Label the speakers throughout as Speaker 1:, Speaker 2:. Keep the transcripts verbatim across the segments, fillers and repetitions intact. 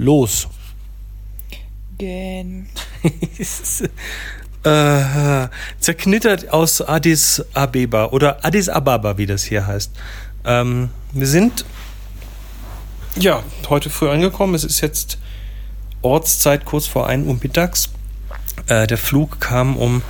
Speaker 1: los?
Speaker 2: Gen.
Speaker 1: äh, zerknittert aus Addis Abeba oder Addis Ababa, wie das hier heißt. Ähm, wir sind ja heute früh angekommen. Es ist jetzt Ortszeit kurz vor ein Uhr mittags. Äh, der Flug kam um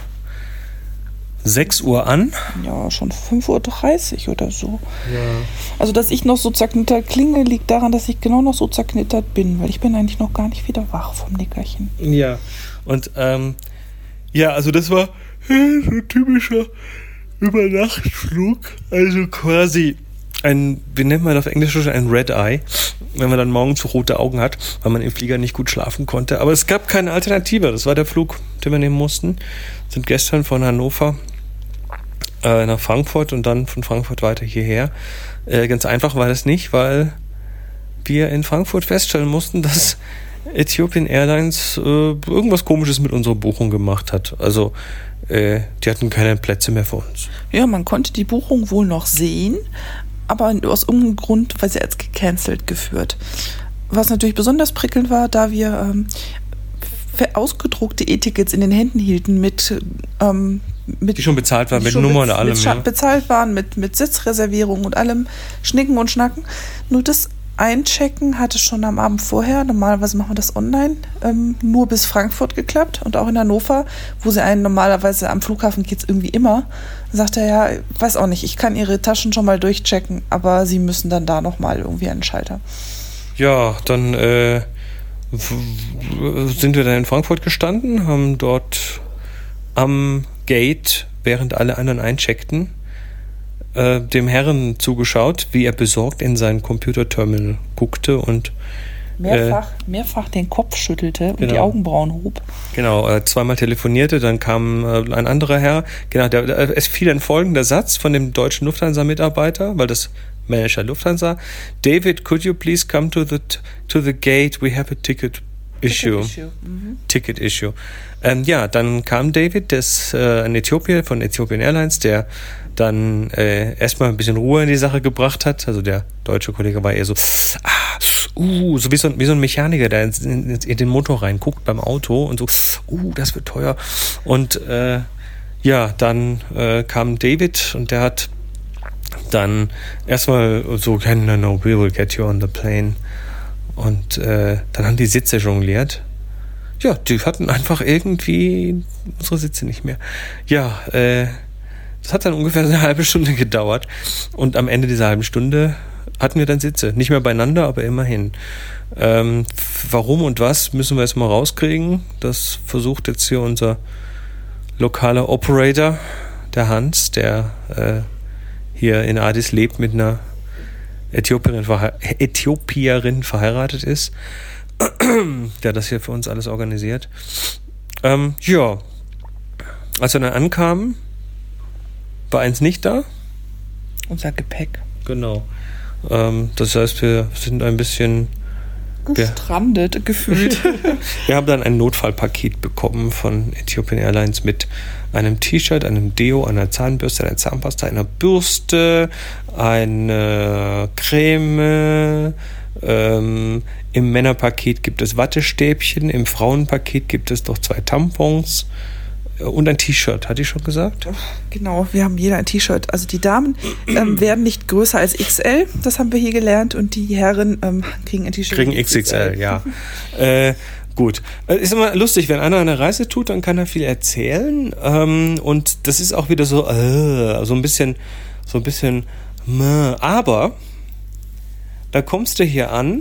Speaker 1: sechs Uhr an.
Speaker 2: Ja, schon fünf Uhr dreißig oder so.
Speaker 1: Ja.
Speaker 2: Also, dass ich noch so zerknittert klinge, liegt daran, dass ich genau noch so zerknittert bin, weil ich bin eigentlich noch gar nicht wieder wach vom Nickerchen.
Speaker 1: Ja, und ähm, ja, also das war so ein typischer Übernachtflug. Also quasi ein, wie nennt man das auf Englisch schon, ein Red Eye, wenn man dann morgens so rote Augen hat, weil man im Flieger nicht gut schlafen konnte. Aber es gab keine Alternative. Das war der Flug, den wir nehmen mussten. Sind gestern von Hannover äh, nach Frankfurt und dann von Frankfurt weiter hierher. Äh, ganz einfach war das nicht, weil wir in Frankfurt feststellen mussten, dass Ethiopian Airlines äh, irgendwas Komisches mit unserer Buchung gemacht hat. Also äh, die hatten keine Plätze mehr für uns.
Speaker 2: Ja, man konnte die Buchung wohl noch sehen, aber aus irgendeinem Grund, weil sie als gecancelt geführt. Was natürlich besonders prickelnd war, da wir ähm, ausgedruckte E-Tickets in den Händen hielten mit, ähm, mit
Speaker 1: die schon bezahlt waren, mit
Speaker 2: schon
Speaker 1: Nummer
Speaker 2: bez-
Speaker 1: und allem.
Speaker 2: Mit
Speaker 1: ja.
Speaker 2: bezahlt waren, mit, mit Sitzreservierung und allem Schnicken und Schnacken. Nur das Einchecken hatte schon am Abend vorher, normalerweise machen wir das online, ähm, nur bis Frankfurt geklappt und auch in Hannover, wo sie einen normalerweise am Flughafen geht es irgendwie immer, sagt er ja, weiß auch nicht, ich kann ihre Taschen schon mal durchchecken, aber sie müssen dann da nochmal irgendwie einen Schalter.
Speaker 1: Ja, dann äh, sind wir dann in Frankfurt gestanden, haben dort am Gate, während alle anderen eincheckten, äh, dem Herrn zugeschaut, wie er besorgt in sein Computerterminal guckte und
Speaker 2: mehrfach, äh, mehrfach den Kopf schüttelte und
Speaker 1: genau.
Speaker 2: die Augenbrauen hob.
Speaker 1: Genau, äh, zweimal telefonierte, dann kam äh, ein anderer Herr, genau, der, der, es fiel ein folgender Satz von dem deutschen Lufthansa-Mitarbeiter, weil das Manager Lufthansa: David, could you please come to the t- to the gate? We have a ticket issue.
Speaker 2: Ticket issue. Mhm.
Speaker 1: Ticket issue. Ähm, ja, dann kam David, das äh, ein Äthiopier von Ethiopian Airlines, der dann äh, erstmal ein bisschen Ruhe in die Sache gebracht hat. Also der deutsche Kollege war eher so, ah, uh, so wie so, ein, wie so ein Mechaniker, der in, in, in den Motor reinguckt beim Auto und so, uh, das wird teuer. Und äh, ja, dann äh, kam David und der hat dann erstmal so, no, no, we will get you on the plane. Und äh, dann haben die Sitze jongliert. Ja, die hatten einfach irgendwie unsere Sitze nicht mehr. Ja, äh, das hat dann ungefähr eine halbe Stunde gedauert. Und am Ende dieser halben Stunde hatten wir dann Sitze. Nicht mehr beieinander, aber immerhin. Ähm, warum und was müssen wir jetzt mal rauskriegen. Das versucht jetzt hier unser lokaler Operator, der Hans, der äh, hier in Addis lebt, mit einer Äthiopierin, verhe- Äthiopierin verheiratet ist, der das hier für uns alles organisiert. Ähm, ja, als wir dann ankamen, war eins nicht da.
Speaker 2: Unser Gepäck.
Speaker 1: Genau. Ähm, das heißt, wir sind ein bisschen
Speaker 2: gestrandet wir, gefühlt.
Speaker 1: Wir haben dann ein Notfallpaket bekommen von Ethiopian Airlines mit einem T-Shirt, einem Deo, einer Zahnbürste, einer Zahnpasta, einer Bürste, einer Creme. Ähm, Im Männerpaket gibt es Wattestäbchen, im Frauenpaket gibt es noch zwei Tampons und ein T-Shirt, hatte ich schon gesagt?
Speaker 2: Genau, wir haben jeder ein T-Shirt. Also die Damen ähm, werden nicht größer als X L, das haben wir hier gelernt, und die Herren ähm, kriegen ein T-Shirt.
Speaker 1: Kriegen X X L, ja. äh, gut. Ist immer lustig, wenn einer eine Reise tut, dann kann er viel erzählen. Ähm, und das ist auch wieder so, äh, so ein bisschen, so ein bisschen, meh. Aber da kommst du hier an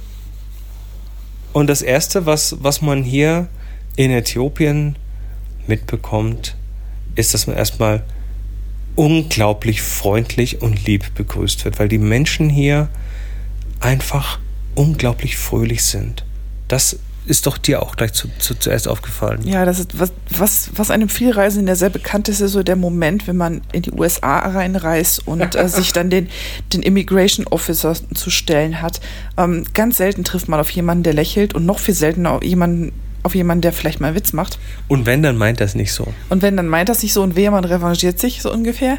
Speaker 1: und das Erste, was, was man hier in Äthiopien mitbekommt, ist, dass man erstmal unglaublich freundlich und lieb begrüßt wird, weil die Menschen hier einfach unglaublich fröhlich sind. Das ist doch dir auch gleich zu, zu, zuerst aufgefallen.
Speaker 2: Ja, das ist was, was, was einem Vielreisenden ja sehr bekannt ist, ist so der Moment, wenn man in die U S A reinreist und äh, sich dann den, den Immigration Officer zu stellen hat. Ähm, ganz selten trifft man auf jemanden, der lächelt, und noch viel seltener auf jemanden, auf jemanden, der vielleicht mal einen Witz macht.
Speaker 1: Und wenn, dann meint das nicht so.
Speaker 2: Und wenn, dann meint das nicht so, und wehe, man revanchiert sich so ungefähr.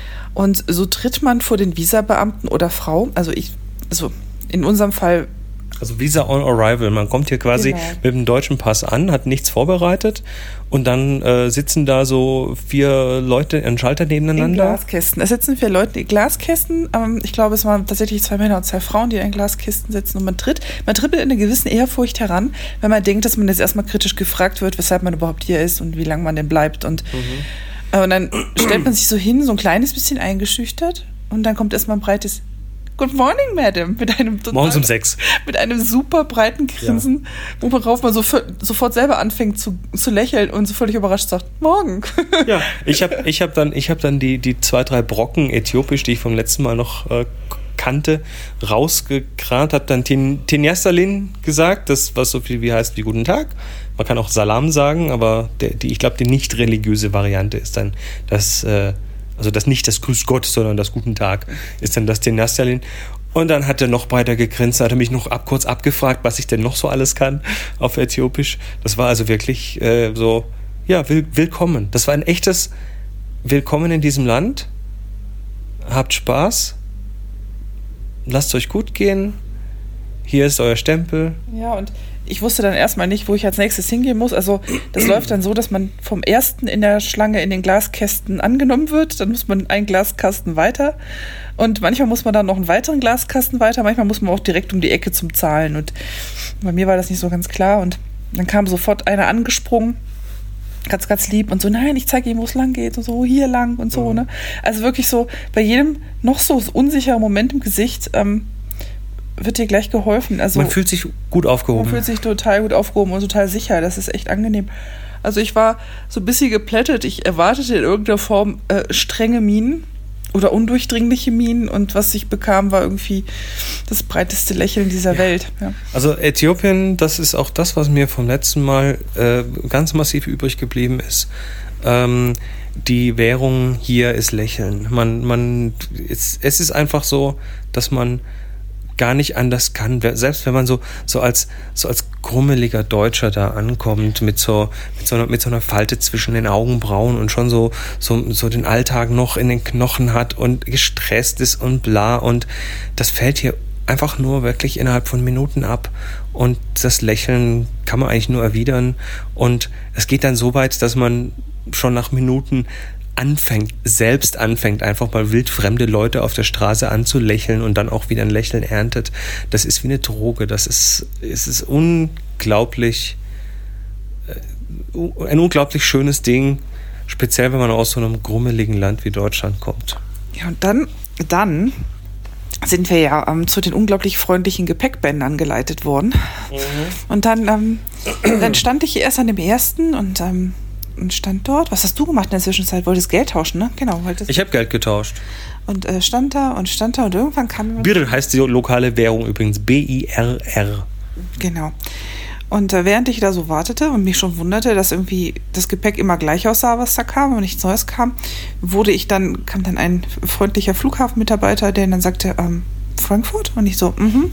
Speaker 2: Und so tritt man vor den Visabeamten oder Frau, also ich, also in unserem Fall
Speaker 1: Also Visa on Arrival. Man kommt hier quasi
Speaker 2: Genau.
Speaker 1: mit dem deutschen Pass an, hat nichts vorbereitet und dann äh, sitzen da so vier Leute in Schalter
Speaker 2: In
Speaker 1: nebeneinander.
Speaker 2: Glaskästen. Es sitzen vier Leute in Glaskästen. Ähm, ich glaube, es waren tatsächlich zwei Männer und zwei Frauen, die in Glaskästen sitzen. Und man tritt, man tritt mit einer gewissen Ehrfurcht heran, wenn man denkt, dass man jetzt erstmal kritisch gefragt wird, weshalb man überhaupt hier ist und wie lange man denn bleibt. Und, mhm. äh, und dann stellt man sich so hin, so ein kleines bisschen eingeschüchtert. Und dann kommt erstmal ein breites Good morning, Madam, mit einem total,
Speaker 1: Morgens um sechs.
Speaker 2: mit einem super breiten Grinsen, ja. worauf man so, sofort selber anfängt zu, zu lächeln und so völlig überrascht sagt, morgen.
Speaker 1: Ja, ich habe ich hab dann, ich hab dann die, die zwei, drei Brocken Äthiopisch, die ich vom letzten Mal noch äh, kannte, rausgekramt, habe dann Tin, Tinyasalin gesagt, das was so viel wie heißt wie Guten Tag. Man kann auch Salam sagen, aber der, die, ich glaube, die nicht religiöse Variante ist dann das äh, also das nicht das Grüß Gott, sondern das Guten Tag, ist dann das Tinyasalin. Und dann hat er noch breiter gegrinst, hat er mich noch ab, kurz abgefragt, was ich denn noch so alles kann auf Äthiopisch. Das war also wirklich äh, so, ja, will, willkommen. Das war ein echtes Willkommen in diesem Land. Habt Spaß. Lasst euch gut gehen. Hier ist euer Stempel.
Speaker 2: Ja, und ich wusste dann erstmal nicht, wo ich als nächstes hingehen muss. Also das läuft dann so, dass man vom ersten in der Schlange in den Glaskästen angenommen wird. Dann muss man einen Glaskasten weiter. Und manchmal muss man dann noch einen weiteren Glaskasten weiter. Manchmal muss man auch direkt um die Ecke zum Zahlen. Und bei mir war das nicht so ganz klar. Und dann kam sofort einer angesprungen. Ganz, ganz lieb. Und so, nein, ich zeige ihm, wo es lang geht. Und so, hier lang und so. Mhm. Ne? Also wirklich so, bei jedem noch so unsicheren Moment im Gesicht ähm, wird dir gleich geholfen. Also
Speaker 1: man fühlt sich gut aufgehoben.
Speaker 2: Man fühlt sich total gut aufgehoben und total sicher. Das ist echt angenehm. Also ich war so ein bisschen geplättet. Ich erwartete in irgendeiner Form äh, strenge Mienen oder undurchdringliche Mienen. Und was ich bekam, war irgendwie das breiteste Lächeln dieser ja. Welt. Ja.
Speaker 1: Also Äthiopien, das ist auch das, was mir vom letzten Mal äh, ganz massiv übrig geblieben ist. Ähm, die Währung hier ist Lächeln. Man, man, es, es ist einfach so, dass man gar nicht anders kann, selbst wenn man so, so als, so als grummeliger Deutscher da ankommt, mit so, mit so einer, mit so einer Falte zwischen den Augenbrauen und schon so, so, so den Alltag noch in den Knochen hat und gestresst ist und bla, und das fällt hier einfach nur wirklich innerhalb von Minuten ab, und das Lächeln kann man eigentlich nur erwidern, und es geht dann so weit, dass man schon nach Minuten anfängt, selbst anfängt, einfach mal wildfremde Leute auf der Straße anzulächeln und dann auch wieder ein Lächeln erntet. Das ist wie eine Droge. Das ist, es ist unglaublich, ein unglaublich schönes Ding, speziell wenn man aus so einem grummeligen Land wie Deutschland kommt.
Speaker 2: Ja, und dann, dann sind wir ja ähm, zu den unglaublich freundlichen Gepäckbändern geleitet worden. Mhm. Und dann, ähm, dann stand ich erst an dem ersten und ähm, und stand dort. Was hast du gemacht in der Zwischenzeit? Wolltest Geld tauschen, ne? Genau. Wolltest
Speaker 1: ich habe Geld getauscht.
Speaker 2: Und äh, stand da und stand da und irgendwann kam...
Speaker 1: Birr heißt die lokale Währung übrigens. B I R R.
Speaker 2: Genau. Und äh, während ich da so wartete und mich schon wunderte, dass irgendwie das Gepäck immer gleich aussah, was da kam und nichts Neues kam, wurde ich dann, kam dann ein freundlicher Flughafenmitarbeiter, der dann sagte, ähm, Frankfurt? Und ich so, mhm.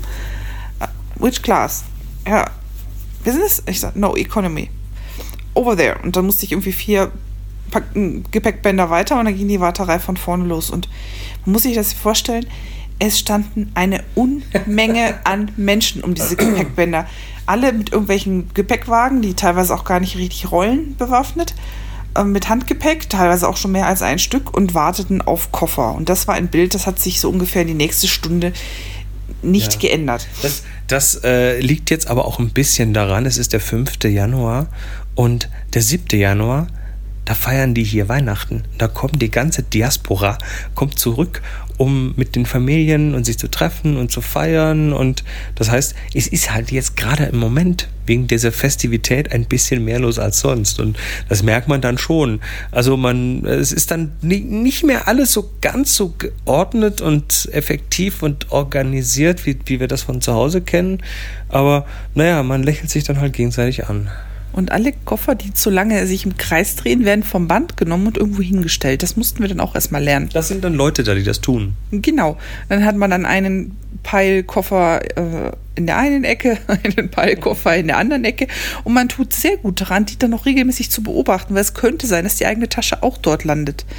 Speaker 2: Uh, which class? Ja, Business? Ich sag, no, Economy. Over there. Und dann musste ich irgendwie vier Packen Gepäckbänder weiter und dann ging die Warterei von vorne los. Und man muss sich das vorstellen, es standen eine Unmenge an Menschen um diese Gepäckbänder. Alle mit irgendwelchen Gepäckwagen, die teilweise auch gar nicht richtig rollen, bewaffnet, äh, mit Handgepäck, teilweise auch schon mehr als ein Stück, und warteten auf Koffer. Und das war ein Bild, das hat sich so ungefähr die nächste Stunde nicht ja. geändert.
Speaker 1: Das, das äh, liegt jetzt aber auch ein bisschen daran, es ist der fünfte Januar und der siebte Januar, da feiern die hier Weihnachten. Da kommt die ganze Diaspora, kommt zurück, um mit den Familien und sich zu treffen und zu feiern. Und das heißt, es ist halt jetzt gerade im Moment wegen dieser Festivität ein bisschen mehr los als sonst. Und das merkt man dann schon. Also man, es ist dann nicht mehr alles so ganz so geordnet und effektiv und organisiert, wie, wie wir das von zu Hause kennen. Aber naja, man lächelt sich dann halt gegenseitig an.
Speaker 2: Und alle Koffer, die zu lange sich im Kreis drehen, werden vom Band genommen und irgendwo hingestellt. Das mussten wir dann auch erstmal lernen.
Speaker 1: Das sind dann Leute da, die das tun.
Speaker 2: Genau. Dann hat man dann einen Peilkoffer äh, in der einen Ecke, einen Peilkoffer in der anderen Ecke. Und man tut sehr gut daran, die dann noch regelmäßig zu beobachten, weil es könnte sein, dass die eigene Tasche auch dort landet.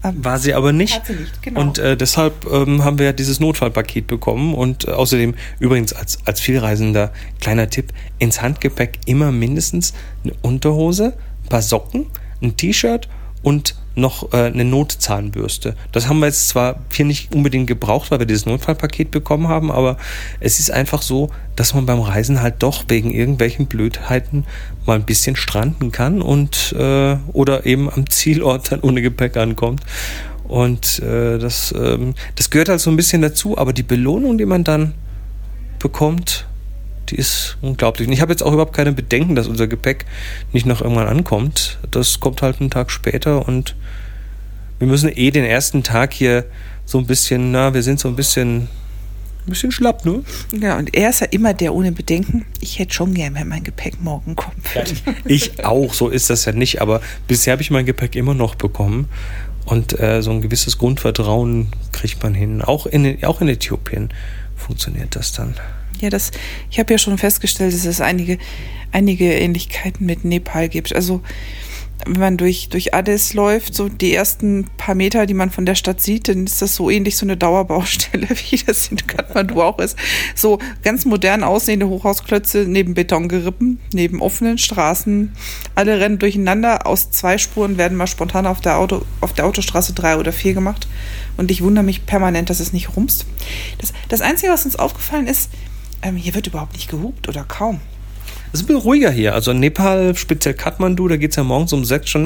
Speaker 2: Ähm,
Speaker 1: War sie aber nicht.
Speaker 2: Hat sie nicht, genau.
Speaker 1: Und äh, deshalb ähm, haben wir ja dieses Notfallpaket bekommen. Und äh, außerdem, übrigens als, als Vielreisender, kleiner Tipp, ins Handgepäck immer mindestens eine Unterhose, ein paar Socken, ein T-Shirt und noch äh, eine Notzahnbürste. Das haben wir jetzt zwar hier nicht unbedingt gebraucht, weil wir dieses Notfallpaket bekommen haben, aber es ist einfach so, dass man beim Reisen halt doch wegen irgendwelchen Blödheiten mal ein bisschen stranden kann und äh, oder eben am Zielort dann ohne Gepäck ankommt. Und äh, das, ähm, das gehört halt so ein bisschen dazu, aber die Belohnung, die man dann bekommt, die ist unglaublich. Und ich habe jetzt auch überhaupt keine Bedenken, dass unser Gepäck nicht noch irgendwann ankommt. Das kommt halt einen Tag später und wir müssen eh den ersten Tag hier so ein bisschen, na, wir sind so ein bisschen, ein bisschen schlapp, ne?
Speaker 2: Ja, und er ist ja immer der ohne Bedenken. Ich hätte schon gern, wenn mein Gepäck morgen kommt.
Speaker 1: Ja, ich auch, so ist das ja nicht, aber bisher habe ich mein Gepäck immer noch bekommen. Und äh, so ein gewisses Grundvertrauen kriegt man hin. Auch in, auch in Äthiopien funktioniert das dann.
Speaker 2: Ja, das, ich habe ja schon festgestellt, dass es einige, einige Ähnlichkeiten mit Nepal gibt. Also wenn man durch, durch Addis läuft, so die ersten paar Meter, die man von der Stadt sieht, dann ist das so ähnlich so eine Dauerbaustelle, wie das in Kathmandu auch ist. So ganz modern aussehende Hochhausklötze neben Betongerippen, neben offenen Straßen. Alle rennen durcheinander. Aus zwei Spuren werden mal spontan auf der, Auto, auf der Autostraße drei oder vier gemacht. Und ich wundere mich permanent, dass es nicht rumst. Das, das Einzige, was uns aufgefallen ist, ähm, hier wird überhaupt nicht gehupt oder kaum.
Speaker 1: Es ist ein bisschen ruhiger hier. Also in Nepal, speziell Kathmandu, da geht es ja morgens um sechs schon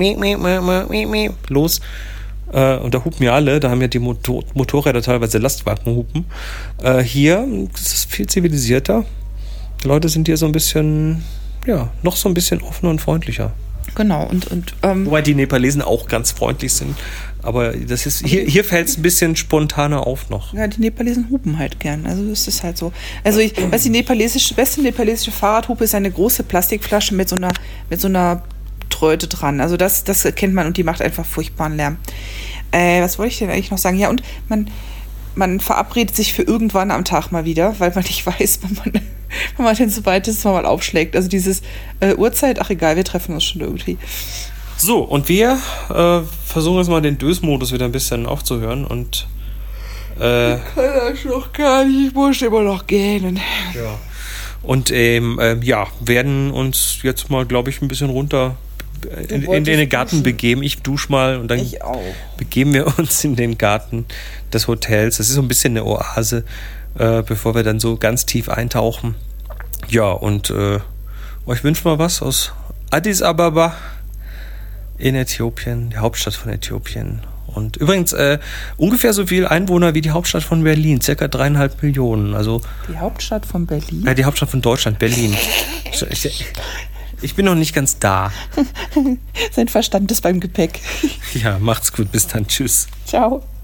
Speaker 1: los. Äh, und da hupen ja alle. Da haben ja die Motor- Motorräder teilweise Lastwagen hupen. Äh, hier ist es viel zivilisierter. Die Leute sind hier so ein bisschen, ja, noch so ein bisschen offener und freundlicher.
Speaker 2: Genau. Und, und, ähm,
Speaker 1: Wobei die Nepalesen auch ganz freundlich sind. Aber das ist, hier, hier fällt es ein bisschen spontaner auf noch.
Speaker 2: Ja, die Nepalesen hupen halt gern. Also das ist halt so. Also ich weiß, die nepalesische, beste nepalesische Fahrradhupe ist eine große Plastikflasche mit so einer, mit so einer Tröte dran. Also das, das kennt man und die macht einfach furchtbaren Lärm. Äh, was wollte ich denn eigentlich noch sagen? Ja, und man, man verabredet sich für irgendwann am Tag mal wieder, weil man nicht weiß, wann man, wann man denn so weit ist, dass man mal aufschlägt. Also dieses äh, Uhrzeit, ach egal, wir treffen uns schon irgendwie.
Speaker 1: So, und wir äh, versuchen jetzt mal den Dös-Modus wieder ein bisschen aufzuhören und äh,
Speaker 2: ich kann das noch gar nicht, ich muss immer noch gähnen.
Speaker 1: Ja. Und ähm, äh, ja, werden uns jetzt mal, glaube ich, ein bisschen runter in, in, in den Garten duschen. begeben. Ich dusche mal und dann
Speaker 2: ich auch. begeben
Speaker 1: wir uns in den Garten des Hotels. Das ist so ein bisschen eine Oase, äh, bevor wir dann so ganz tief eintauchen. Ja, und äh, euch wünschen wir was aus Addis Ababa in Äthiopien, die Hauptstadt von Äthiopien. Und übrigens äh, ungefähr so viel Einwohner wie die Hauptstadt von Berlin, circa dreieinhalb Millionen. Also
Speaker 2: die Hauptstadt von Berlin?
Speaker 1: Ja, die Hauptstadt von Deutschland, Berlin. Ich, ich bin noch nicht ganz da.
Speaker 2: Sein Verstand ist beim Gepäck.
Speaker 1: Ja, macht's gut, bis dann, tschüss.
Speaker 2: Ciao.